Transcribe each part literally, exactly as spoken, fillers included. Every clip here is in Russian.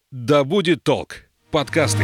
Да будет толк. Подкасты.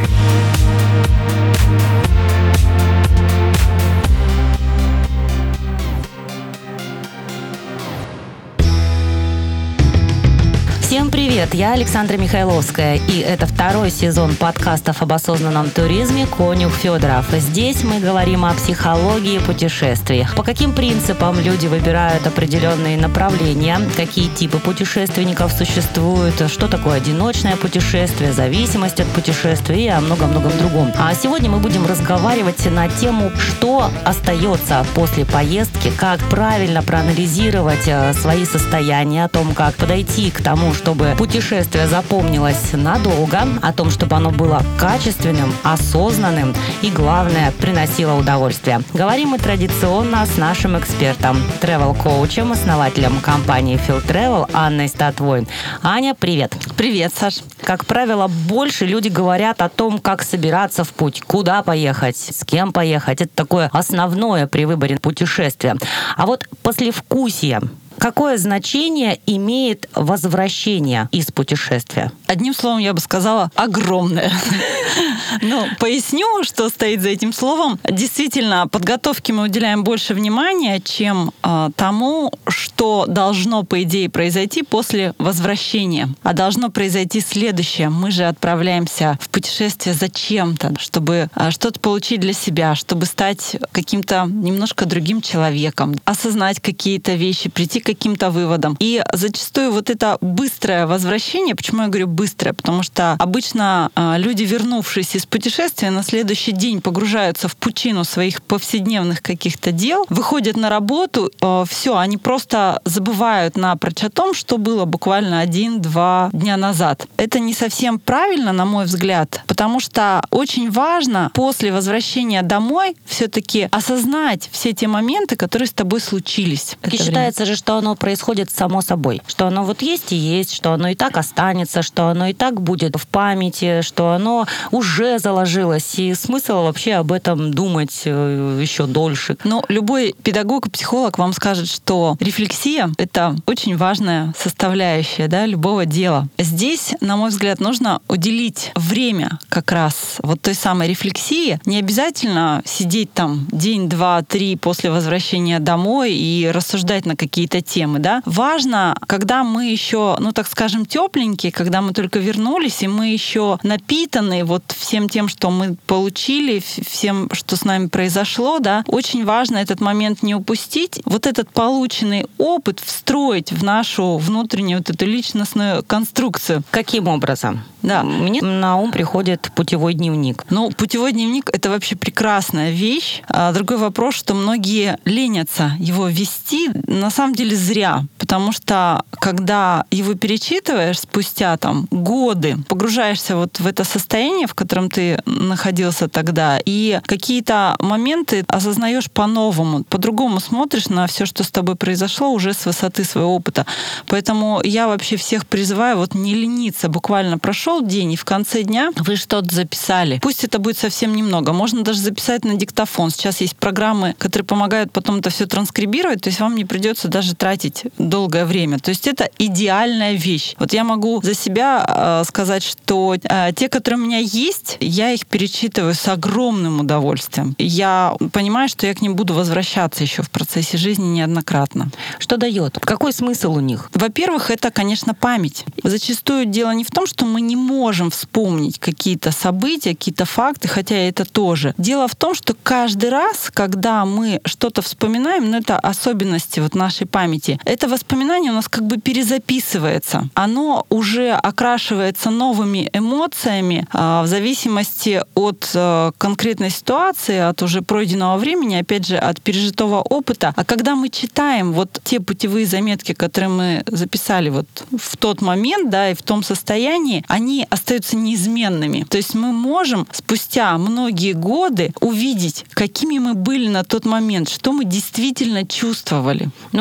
Всем привет, я Александра Михайловская, и это второй сезон подкастов об осознанном туризме «Конюх Федоров». Здесь мы говорим о психологии путешествий, по каким принципам люди выбирают определенные направления, какие типы путешественников существуют, что такое одиночное путешествие, зависимость от путешествия и о многом-многом другом. А сегодня мы будем разговаривать на тему, что остается после поездки, как правильно проанализировать свои состояния, о том, как подойти к тому, чтобы путешествие запомнилось надолго, о том, чтобы оно было качественным, осознанным и, главное, приносило удовольствие. Говорим мы традиционно с нашим экспертом, тревел-коучем, основателем компании Field Travel Анной Статвой. Аня, привет. Привет, Саш. Как правило, больше люди говорят о том, как собираться в путь, куда поехать, с кем поехать. Это такое основное при выборе путешествия. А вот послевкусие. Какое значение имеет возвращение из путешествия? Одним словом, я бы сказала, огромное. Ну, поясню, что стоит за этим словом. Действительно, подготовке мы уделяем больше внимания, чем э, тому, что должно, по идее, произойти после возвращения. А должно произойти следующее. Мы же отправляемся в путешествие зачем-то, чтобы э, что-то получить для себя, чтобы стать каким-то немножко другим человеком, осознать какие-то вещи, прийти к каким-то выводам. И зачастую вот это быстрое возвращение, почему я говорю быстрое, потому что обычно э, люди, вернувшись из путешествия, на следующий день погружаются в пучину своих повседневных каких-то дел, выходят на работу, э, все, они просто забывают напрочь о том, что было буквально один-два дня назад. Это не совсем правильно, на мой взгляд, потому что очень важно после возвращения домой все-таки осознать все те моменты, которые с тобой случились. И считается же, что оно происходит само собой, что оно вот есть и есть, что оно и так останется, что оно и так будет в памяти, что оно уже заложилось, и смысл вообще об этом думать еще дольше. Но любой педагог и психолог вам скажет, что рефлексия — это очень важная составляющая, да, любого дела. Здесь, на мой взгляд, нужно уделить время как раз вот той самой рефлексии. Не обязательно сидеть там день, два, три после возвращения домой и рассуждать на какие-то темы, да. Важно, когда мы еще, ну так скажем, тепленькие, когда мы только вернулись, и мы еще напитаны вот всем тем, что мы получили, всем, что с нами произошло, да, очень важно этот момент не упустить, вот этот полученный опыт встроить в нашу внутреннюю вот эту личностную конструкцию. Каким образом? Да. Мне на ум приходит путевой дневник. Ну, путевой дневник — это вообще прекрасная вещь. А другой вопрос, что многие ленятся его вести, на самом деле зря, потому что когда его перечитываешь спустя там годы, погружаешься вот в это состояние, в котором ты находился тогда, и какие-то моменты осознаешь по-новому, по-другому смотришь на все, что с тобой произошло уже с высоты своего опыта. Поэтому я вообще всех призываю вот не лениться. Буквально прошел день, и в конце дня вы что-то записали. Пусть это будет совсем немного. Можно даже записать на диктофон. Сейчас есть программы, которые помогают потом это все транскрибировать, то есть вам не придется даже тратить долгое время. То есть это идеальная вещь. Вот я могу за себя э, сказать, что э, те, которые у меня есть, я их перечитываю с огромным удовольствием. Я понимаю, что я к ним буду возвращаться еще в процессе жизни неоднократно. Что дает? Какой смысл у них? Во-первых, это, конечно, память. Зачастую дело не в том, что мы не можем вспомнить какие-то события, какие-то факты, хотя это тоже. Дело в том, что каждый раз, когда мы что-то вспоминаем, ну это особенности вот нашей памяти, это воспоминание у нас как бы перезаписывается. Оно уже окрашивается новыми эмоциями э, в зависимости от э, конкретной ситуации, от уже пройденного времени, опять же, от пережитого опыта. А когда мы читаем вот те путевые заметки, которые мы записали вот в тот момент, да, и в том состоянии, они остаются неизменными. То есть мы можем спустя многие годы увидеть, какими мы были на тот момент, что мы действительно чувствовали. Ну, многие тебя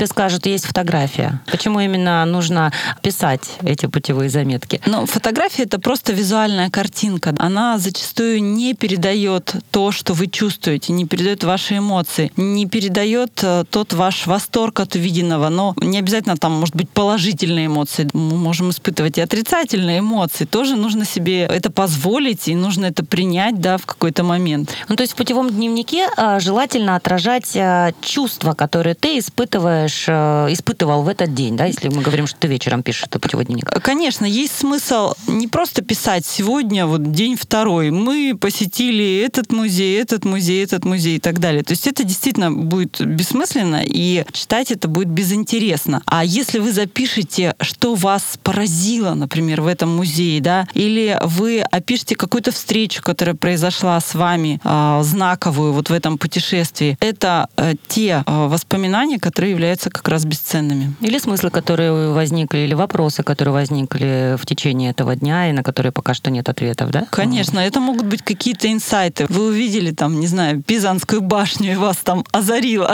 тебе скажут, есть фотография. Почему именно нужно писать эти путевые заметки? Ну, фотография — это просто визуальная картинка. Она зачастую не передает то, что вы чувствуете, не передает ваши эмоции, не передает тот ваш восторг от увиденного. Но не обязательно там, может быть, положительные эмоции. Мы можем испытывать и отрицательные эмоции. Тоже нужно себе это позволить, и нужно это принять, да, в какой-то момент. Ну, то есть в путевом дневнике а, желательно отражать а, чувства, которые ты испытываешь, а, испытывал в этот день, да, если мы говорим, что ты вечером пишешь это путевой дневник. Конечно, есть смысл не просто писать сегодня, вот день второй, мы посетили этот музей, этот музей, этот музей и так далее. То есть это действительно будет бессмысленно, и читать это будет безинтересно. А если вы запишете, что вас поразило, например, в этом музее, да, или вы опишете какую-то встречу, которая произошла с вами, э, знаковую вот в этом путешествии, это э, те э, воспоминания, которые являются как раз бесценными. Или смыслы, которые возникли, или вопросы, которые возникли в течение этого дня, и на которые пока что нет ответов, да? Конечно, это могут быть какие-то инсайты. Вы увидели там, не знаю, Пизанскую башню, и вас там озарило.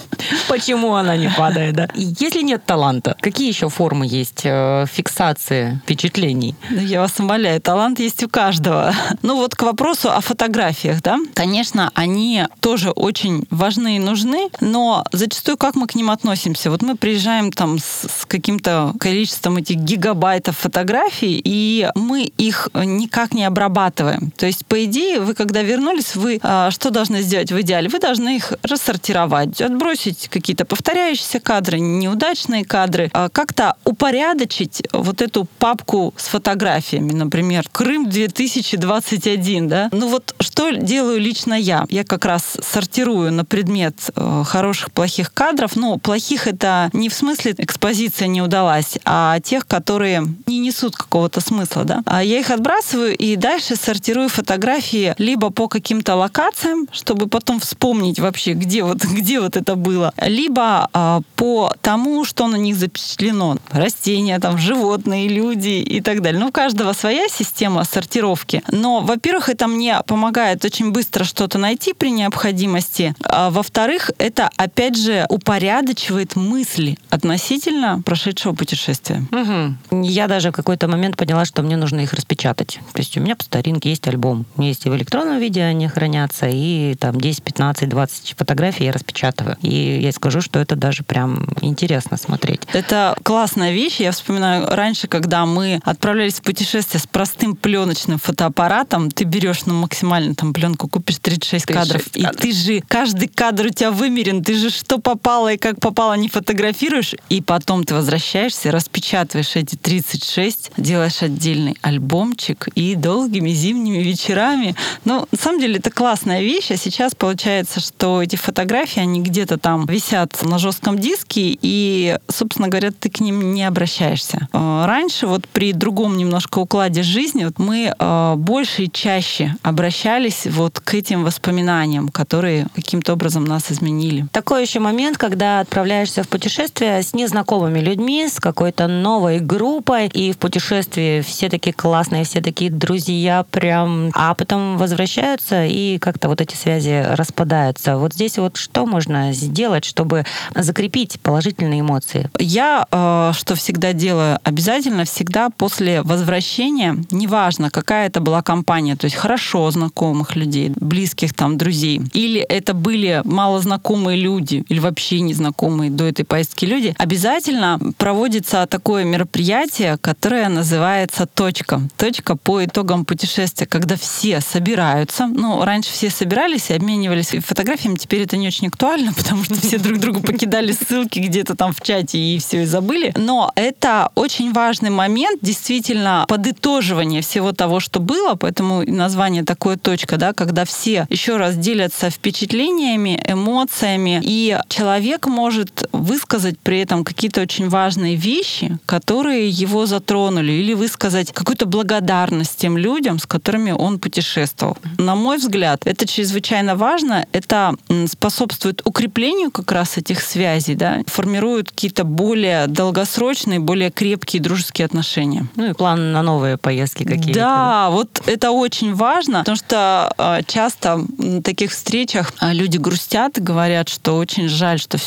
Почему она не падает, да? Если нет таланта, какие еще формы есть э, фиксации впечатлений? Я вас умоляю, талант есть у каждого. Ну вот к вопросу о фотографиях, да. Конечно, они тоже очень важны и нужны, но зачастую как мы к ним относимся? Вот мы приезжаем там с, с каким-то количеством этих гигабайтов фотографий, и мы их никак не обрабатываем. То есть, по идее, вы когда вернулись, вы а, что должны сделать в идеале? Вы должны их рассортировать, отбросить какие-то повторяющиеся кадры, неудачные кадры, а как-то упорядочить вот эту папку с фотографиями, например, Крым две тысячи двадцать один, да? Ну вот что делаю лично я? Я как раз сортирую на предмет э, хороших, плохих кадров. Ну, плохих это не в смысле экспозиция не удалась, а тех, которые не несут какого-то смысла, да? А я их отбрасываю и дальше сортирую фотографии либо по каким-то локациям, чтобы потом вспомнить вообще, где вот, где вот это было, либо э, по тому, что на них запечатлено. Растения, там, животные, люди и так далее. Ну, у каждого своя система сортировки. Но, во-первых, это мне помогает очень быстро что-то найти при необходимости. А во-вторых, это, опять же, упорядочивает мысли относительно прошедшего путешествия. Угу. Я даже в какой-то момент поняла, что мне нужно их распечатать. То есть у меня по старинке есть альбом. Есть и в электронном виде они хранятся, и там десять, пятнадцать, двадцать фотографий я распечатываю. И я скажу, что это даже прям интересно смотреть. Это классная вещь. Я вспоминаю раньше, когда мы отправлялись в путешествие с простым пленочным фотоаппаратом, ты берешь ну, максимально там пленку, купишь тридцать шесть кадров, и ты же, каждый кадр у тебя вымерен, ты же что попало и как попало не фотографируешь, и потом ты возвращаешься, распечатываешь эти тридцать шесть, делаешь отдельный альбомчик, и долгими зимними вечерами. Ну, на самом деле, это классная вещь, а сейчас получается, что эти фотографии, они где-то там висят на жестком диске, и, собственно говоря, ты к ним не обращаешься. Раньше, вот при другом немножко укладе жизни, вот мы э, больше и чаще обращались вот к этим воспоминаниям, которые каким-то образом нас изменили. Такой еще момент, когда отправляешься в путешествие с незнакомыми людьми, с какой-то новой группой, и в путешествии все такие классные, все такие друзья прям, а потом возвращаются, и как-то вот эти связи распадаются. Вот здесь вот что можно сделать, чтобы закрепить положительные эмоции? Я, э, что всегда делаю, обязательно всегда после возвращения, неважно, какая это была компания, то есть хорошо знакомых людей, близких там друзей, или это были малознакомые люди, или вообще незнакомые до этой поездки люди, обязательно проводится такое мероприятие, которое называется «Точка». Точка по итогам путешествия, когда все собираются. Ну, раньше все собирались и обменивались фотографиями, теперь это не очень актуально, потому что все друг другу покидали ссылки где-то там в чате и все и забыли. Но это очень важный момент, действительно, подытоживание всего того, что было, поэтому название такое «Точка», да, когда все еще раз делятся впечатлениями, эмоциями, и человек может высказать при этом какие-то очень важные вещи, которые его затронули, или высказать какую-то благодарность тем людям, с которыми он путешествовал. На мой взгляд, это чрезвычайно важно, это способствует укреплению как раз этих связей, да, формирует какие-то более долгосрочные, более крепкие дружеские отношения. Ну и план на новые поездки какие-то. Да, вот это очень важно, потому что э, часто на таких встречах люди грустят и говорят, что очень жаль, что все закончилось,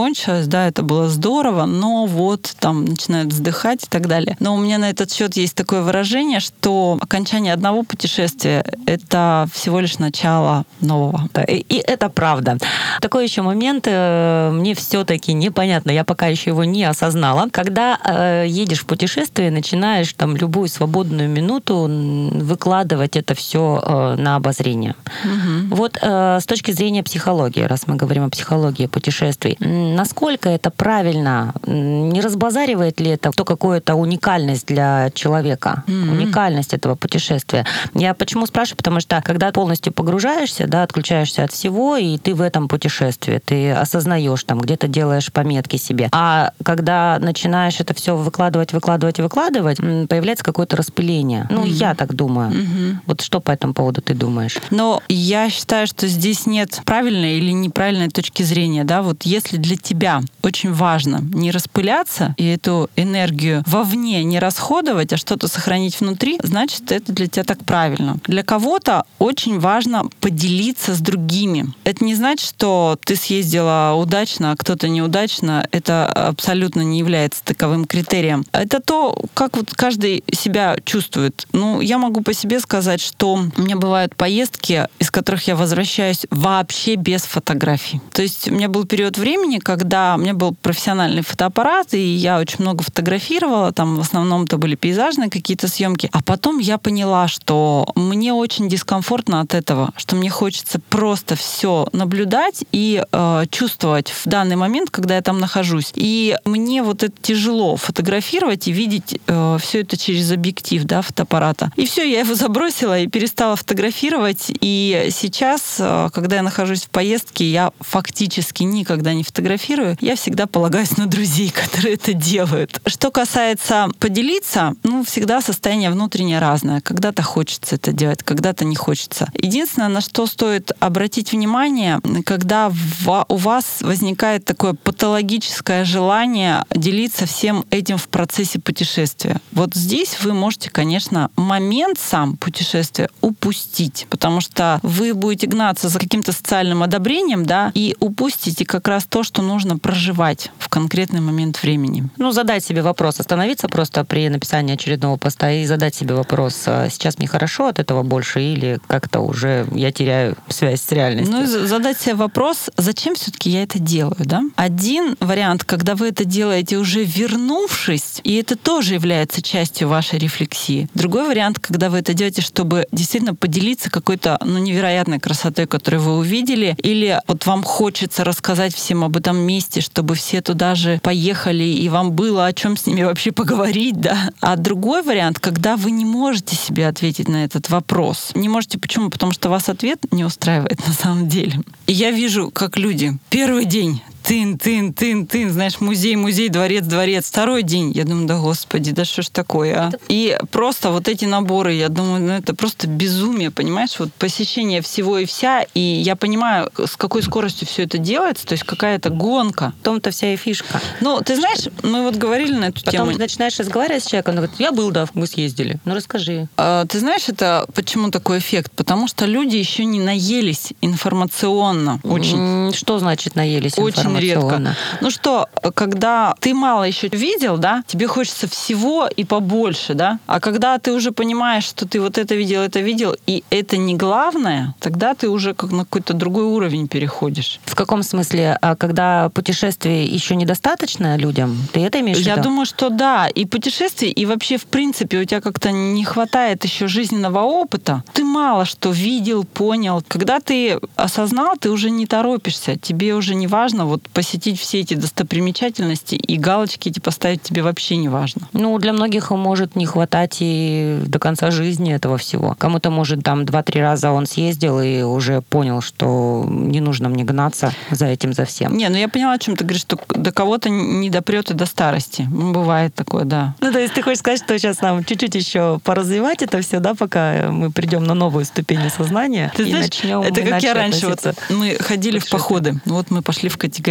закончилось, да, это было здорово, но вот там начинают вздыхать и так далее. Но у меня на этот счет есть такое выражение, что окончание одного путешествия — это всего лишь начало нового. Да, и, и это правда. Такой еще момент э, мне все-таки непонятно, я пока еще его не осознала. Когда э, едешь в путешествие, начинаешь там любую свободную минуту выкладывать это все э, на обозрение. Угу. Вот э, с точки зрения психологии, раз мы говорим о психологии путешествий, насколько это правильно? Не разбазаривает ли это то какую-то уникальность для человека? Mm-hmm. Уникальность этого путешествия. Я почему спрашиваю? Потому что когда полностью погружаешься, да, отключаешься от всего, и ты в этом путешествии, ты осознаешь, там, где-то делаешь пометки себе. А когда начинаешь это все выкладывать, выкладывать и выкладывать, появляется какое-то распыление. Ну, mm-hmm. я так думаю. Mm-hmm. Вот что по этому поводу ты думаешь? Но я считаю, что здесь нет правильной или неправильной точки зрения. Да? Вот если для тебя очень важно не распыляться и эту энергию вовне не расходовать, а что-то сохранить внутри, значит, это для тебя так правильно. Для кого-то очень важно поделиться с другими. Это не значит, что ты съездила удачно, а кто-то неудачно. Это абсолютно не является таковым критерием. Это то, как вот каждый себя чувствует. Ну, я могу по себе сказать, что у меня бывают поездки, из которых я возвращаюсь вообще без фотографий. То есть у меня был период времени, когда у меня был профессиональный фотоаппарат, и я очень много фотографировала, там в основном это были пейзажные какие-то съемки. А потом я поняла, что мне очень дискомфортно от этого, что мне хочется просто все наблюдать и э, чувствовать в данный момент, когда я там нахожусь. И мне вот это тяжело фотографировать и видеть э, все это через объектив, да, фотоаппарата. И все, я его забросила и перестала фотографировать. И сейчас, э, когда я нахожусь в поездке, я фактически никогда не фотографирую. Я всегда полагаюсь на друзей, которые это делают. Что касается поделиться, ну, всегда состояние внутреннее разное. Когда-то хочется это делать, когда-то не хочется. Единственное, на что стоит обратить внимание, когда в, у вас возникает такое патологическое желание делиться всем этим в процессе путешествия. Вот здесь вы можете, конечно, момент сам путешествия упустить, потому что вы будете гнаться за каким-то социальным одобрением, да, и упустите как раз то, что нужно проживать в конкретный момент времени. Ну, задать себе вопрос, остановиться просто при написании очередного поста и задать себе вопрос, сейчас мне хорошо от этого больше или как-то уже я теряю связь с реальностью? Ну, и задать себе вопрос, зачем все-таки я это делаю, да? Один вариант, когда вы это делаете уже вернувшись, и это тоже является частью вашей рефлексии. Другой вариант, когда вы это делаете, чтобы действительно поделиться какой-то, ну, невероятной красотой, которую вы увидели, или вот вам хочется рассказать всем об этом месте, чтобы все туда же поехали, и вам было о чем с ними вообще поговорить, да. А другой вариант, когда вы не можете себе ответить на этот вопрос. Не можете почему? Потому что вас ответ не устраивает на самом деле. И я вижу, как люди первый день тын, тын, тын, тын, знаешь, музей, музей, дворец, дворец. Второй день, я думаю, да господи, да что ж такое, а? И просто вот эти наборы, я думаю, ну это просто безумие, понимаешь? Вот посещение всего и вся, и я понимаю, с какой скоростью все это делается, то есть какая-то гонка. В том-то вся и фишка. Ну, ты знаешь, мы вот говорили на эту Потом тему. Потом начинаешь разговаривать с человеком, он говорит, я был, да, мы съездили. Ну, расскажи. А, ты знаешь, это почему такой эффект? Потому что люди еще не наелись информационно. Очень. Что значит наелись Очень информационно? редко. Ну что, когда ты мало еще видел, да, тебе хочется всего и побольше, да, а когда ты уже понимаешь, что ты вот это видел, это видел, и это не главное, тогда ты уже как на какой-то другой уровень переходишь. В каком смысле? А когда путешествие еще недостаточно людям? Ты это имеешь в виду? Я думаю, что да. И путешествий, и вообще, в принципе, у тебя как-то не хватает еще жизненного опыта. Ты мало что видел, понял. Когда ты осознал, ты уже не торопишься. Тебе уже не важно вот посетить все эти достопримечательности, и галочки эти поставить тебе вообще не важно. Ну, для многих может не хватать и до конца жизни этого всего. Кому-то, может, там два-три раза он съездил и уже понял, что не нужно мне гнаться за этим, за всем. Не, ну я поняла, о чем ты говоришь, что до кого-то не допрет и до старости. Ну, бывает такое, да. Ну, то есть ты хочешь сказать, что сейчас нам чуть-чуть еще поразвивать это все, да, пока мы придем на новую ступень сознания ты и знаешь, начнем это как я раньше, вот, мы ходили в походы. Вот мы пошли в Категорию.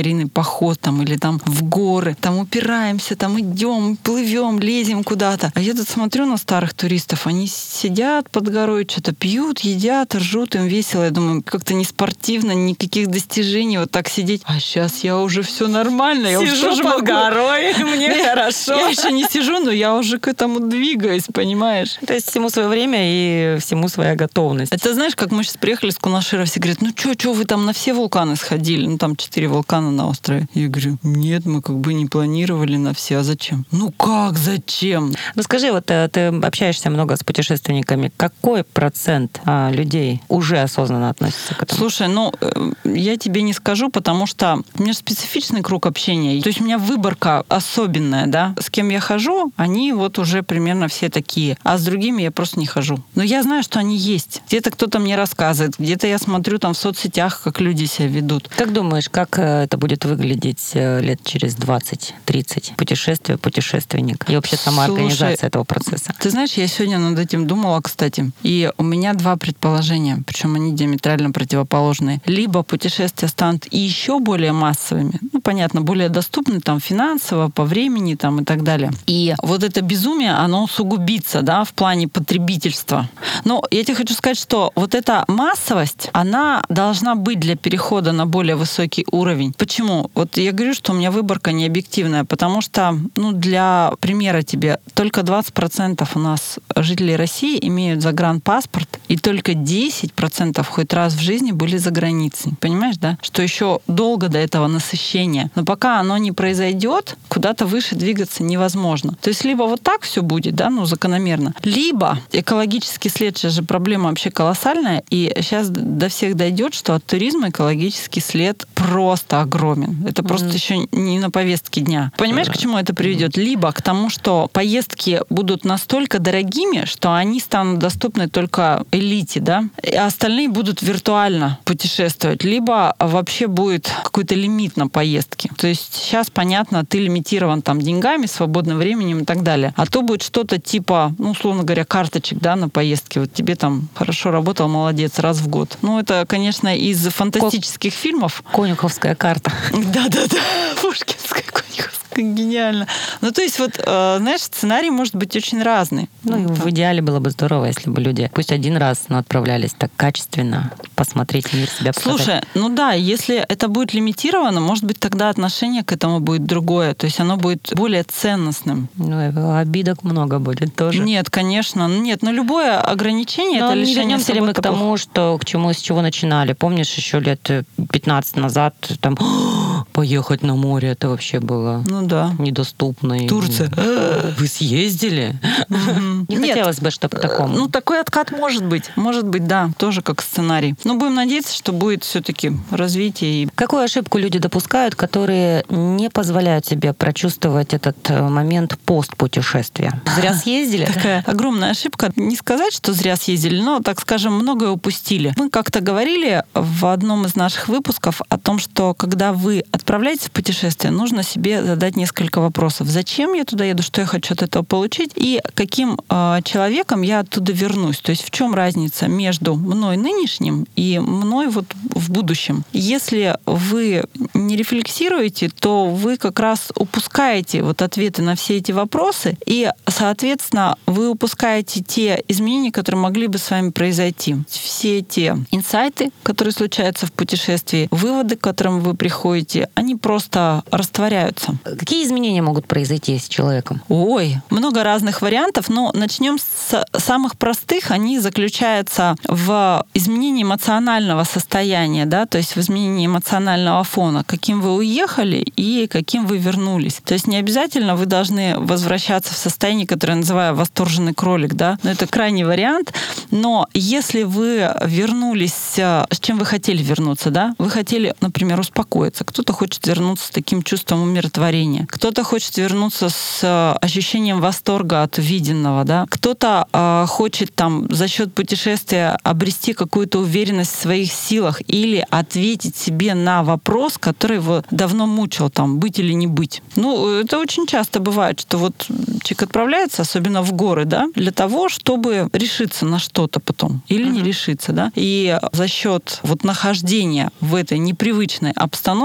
ускоренный поход там, или там в горы, там упираемся, там идем, плывем, лезем куда-то. А я тут смотрю на старых туристов, они сидят под горой, что-то пьют, едят, ржут, им весело. Я думаю, как-то не спортивно, никаких достижений вот так сидеть. А сейчас я уже все нормально. Я сижу уже под горой, мне хорошо. Я еще не сижу, но я уже к этому двигаюсь, понимаешь? То есть всему свое время и всему своя готовность. Это знаешь, как мы сейчас приехали с Кунашира, все говорят, ну что, что вы там на все вулканы сходили? Ну там четыре вулкана на острове. Я говорю, нет, мы как бы не планировали на все. А зачем? Ну как зачем? Ну скажи, вот ты общаешься много с путешественниками. Какой процент а, людей уже осознанно относится к этому? Слушай, ну я тебе не скажу, потому что у меня специфичный круг общения. То есть у меня выборка особенная, да. С кем я хожу, они вот уже примерно все такие. А с другими я просто не хожу. Но я знаю, что они есть. Где-то кто-то мне рассказывает, где-то я смотрю там в соцсетях, как люди себя ведут. Как думаешь, как это будет выглядеть лет через двадцать-тридцать? Путешествие, путешественник и вообще сама Слушай, организация этого процесса. Ты знаешь, я сегодня над этим думала, кстати. И у меня два предположения, причем они диаметрально противоположные. Либо путешествия станут еще более массовыми, ну, понятно, более доступны там финансово, по времени там и так далее. И вот это безумие, оно усугубится, да, в плане потребительства. Но я тебе хочу сказать, что вот эта массовость, она должна быть для перехода на более высокий уровень. Почему? Вот я говорю, что у меня выборка не объективная, потому что, ну, для примера тебе, только двадцать процентов у нас жителей России имеют загранпаспорт, и только десять процентов хоть раз в жизни были за границей. Понимаешь, да? Что еще долго до этого насыщения. Но пока оно не произойдет, куда-то выше двигаться невозможно. То есть либо вот так все будет, да, ну, закономерно, либо экологический след, сейчас же проблема вообще колоссальная, и сейчас до всех дойдет, что от туризма экологический след просто огромен. Это mm-hmm. просто еще не на повестке дня. Понимаешь, к чему это приведет? Либо к тому, что поездки будут настолько дорогими, что они станут доступны только элите, да, а остальные будут виртуально путешествовать, либо вообще будет какой-то лимит на поездки. То есть сейчас, понятно, ты лимитирован там деньгами, свободным временем и так далее. А то будет что-то типа, ну, условно говоря, карточек, да, на поездки. Вот тебе там хорошо работал, молодец, раз в год. Ну, это, конечно, из фантастических Ко... фильмов. Конюховская карта. Да-да-да, пушкинская конюховская. Гениально. Ну, то есть, вот, э, знаешь, сценарий может быть очень разный. Ну, и в идеале было бы здорово, если бы люди пусть один раз, но отправлялись так качественно, посмотреть мир, себя показать. Слушай, ну да, если это будет лимитировано, может быть, тогда отношение к этому будет другое. То есть оно будет более ценностным. Ну, обидок много будет тоже. Нет, конечно. Нет, но любое ограничение — это лишение свободы. Ли мы к тому, что, к чему, с чего начинали? Помнишь, еще лет пятнадцать назад там поехать на море, это вообще было... Ну да. Недоступно. Турция. Вы съездили? Mm-hmm. Не Нет. хотелось бы, чтобы такому. Ну, такой откат может быть. Может быть, да, тоже как сценарий. Но будем надеяться, что будет все-таки развитие. Какую ошибку люди допускают, которые не позволяют себе прочувствовать этот момент постпутешествия? Зря съездили? Такая огромная ошибка. Не сказать, что зря съездили, но, так скажем, многое упустили. Мы как-то говорили в одном из наших выпусков о том, что когда вы отправляетесь в путешествие, нужно себе задать несколько вопросов. Зачем я туда еду, что я хочу от этого получить, и каким э, человеком я оттуда вернусь. То есть в чем разница между мной нынешним и мной вот в будущем. Если вы не рефлексируете, то вы как раз упускаете вот ответы на все эти вопросы, и, соответственно, вы упускаете те изменения, которые могли бы с вами произойти. Все те инсайты, которые случаются в путешествии, выводы, к которым вы приходите, они просто растворяются. Какие изменения могут произойти с человеком? Ой, много разных вариантов, но начнем с самых простых. Они заключаются в изменении эмоционального состояния, да, то есть в изменении эмоционального фона, каким вы уехали и каким вы вернулись. То есть не обязательно вы должны возвращаться в состояние, которое я называю восторженный кролик, да, но это крайний вариант. Но если вы вернулись, с чем вы хотели вернуться, да, вы хотели, например, успокоиться, кто-то хочет вернуться с таким чувством умиротворения, кто-то хочет вернуться с ощущением восторга от увиденного, да, кто-то э, хочет там за счет путешествия обрести какую-то уверенность в своих силах или ответить себе на вопрос, который его давно мучил, там, быть или не быть. Ну, это очень часто бывает, что вот человек отправляется, особенно в горы, да, для того, чтобы решиться на что-то потом или uh-huh. не решиться, да, и за счет вот нахождения в этой непривычной обстановке, можно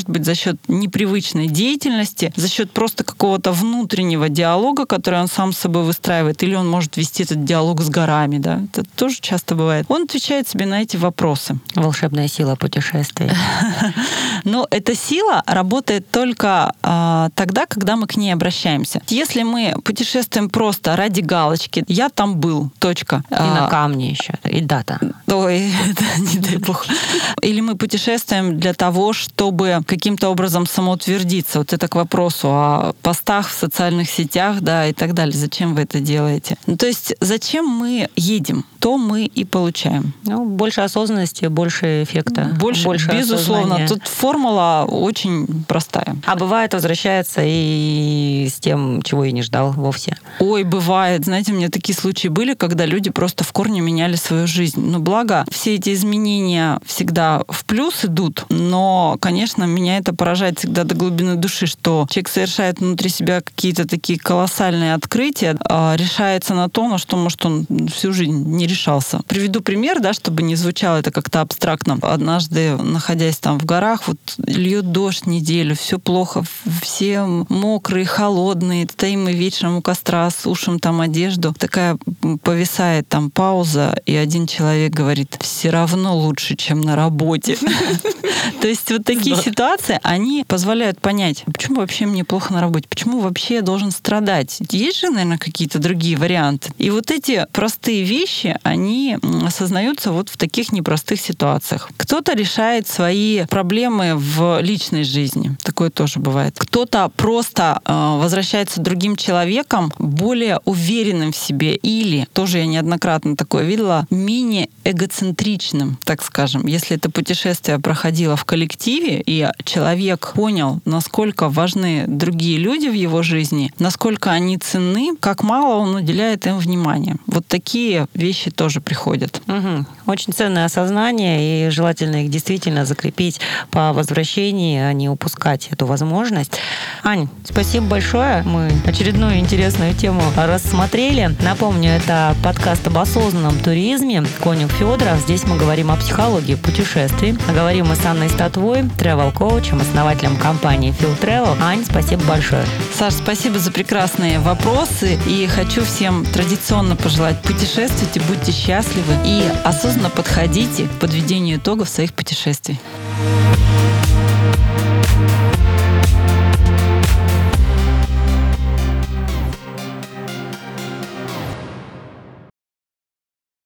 может быть за счет непривычной деятельности, за счет просто какого-то внутреннего диалога, который он сам с собой выстраивает, или он может вести этот диалог с горами, да, это тоже часто бывает. Он отвечает себе на эти вопросы. Волшебная сила путешествий. Но эта сила работает только а, тогда, когда мы к ней обращаемся. Если мы путешествуем просто ради галочки, я там был, точка. И а, на камне еще, и дата. Ой, это не дай бог. Или мы путешествуем для того, чтобы каким-то образом самоутвердиться. Вот это к вопросу о постах в социальных сетях, да, и так далее. Зачем вы это делаете? Ну, то есть зачем мы едем, то мы и получаем. Ну, больше осознанности, больше эффекта. Больше, больше безусловно. Осознания. Тут формула очень простая. А бывает, возвращается и с тем, чего и не ждал вовсе. Ой, бывает. Знаете, у меня такие случаи были, когда люди просто в корне меняли свою жизнь. Но благо, все эти изменения всегда в плюс идут, но, конечно, меня это поражает всегда до глубины души, что человек совершает внутри себя какие-то такие колоссальные открытия, решается на то, на что, может, он всю жизнь не решался. Приведу пример, да, чтобы не звучало это как-то абстрактно. Однажды, находясь там в горах, вот льет дождь неделю, все плохо, все мокрые, холодные, стоим мы вечером у костра, сушим там одежду. Такая повисает там пауза, и один человек говорит: все равно лучше, чем на работе. То есть вот такие ситуации, они позволяют понять, почему вообще мне плохо на работе, почему вообще я должен страдать. Есть же, наверное, какие-то другие варианты. И вот эти простые вещи, они осознаются вот в таких непростых ситуациях. Кто-то решает свои проблемы в личной жизни. Такое тоже бывает. Кто-то просто э, возвращается другим человеком, более уверенным в себе, или, тоже я неоднократно такое видела, менее эгоцентричным, так скажем. Если это путешествие проходило в коллективе, и человек понял, насколько важны другие люди в его жизни, насколько они ценны, как мало он уделяет им внимания. Вот такие вещи тоже приходят. Угу. Очень ценное осознание, и желательно их действительно закрепить по возвращении, а не упускать эту возможность. Ань, спасибо большое. Мы очередную интересную тему рассмотрели. Напомню, это подкаст об осознанном туризме. Конюх Федоров. Здесь мы говорим о психологии путешествий. Говорим мы с Анной Статвой, тревел-коучем, основателем компании Feel Travel. Ань, спасибо большое. Саш, спасибо за прекрасные вопросы. И хочу всем традиционно пожелать: путешествуйте, будьте счастливы и осознанно подходите к подведению итогов своих путешествий.